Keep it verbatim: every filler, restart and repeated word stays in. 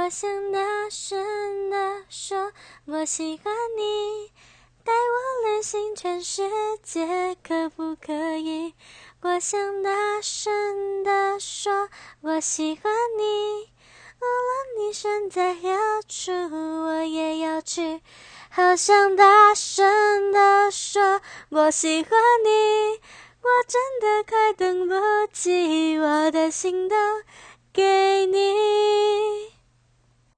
我想大声地说我喜欢你，带我旅行全世界可不可以？我想大声地说我喜欢你，无论你身在何处我也要去，好想大声地说我喜欢你，我真的快等不及，我的心都给你。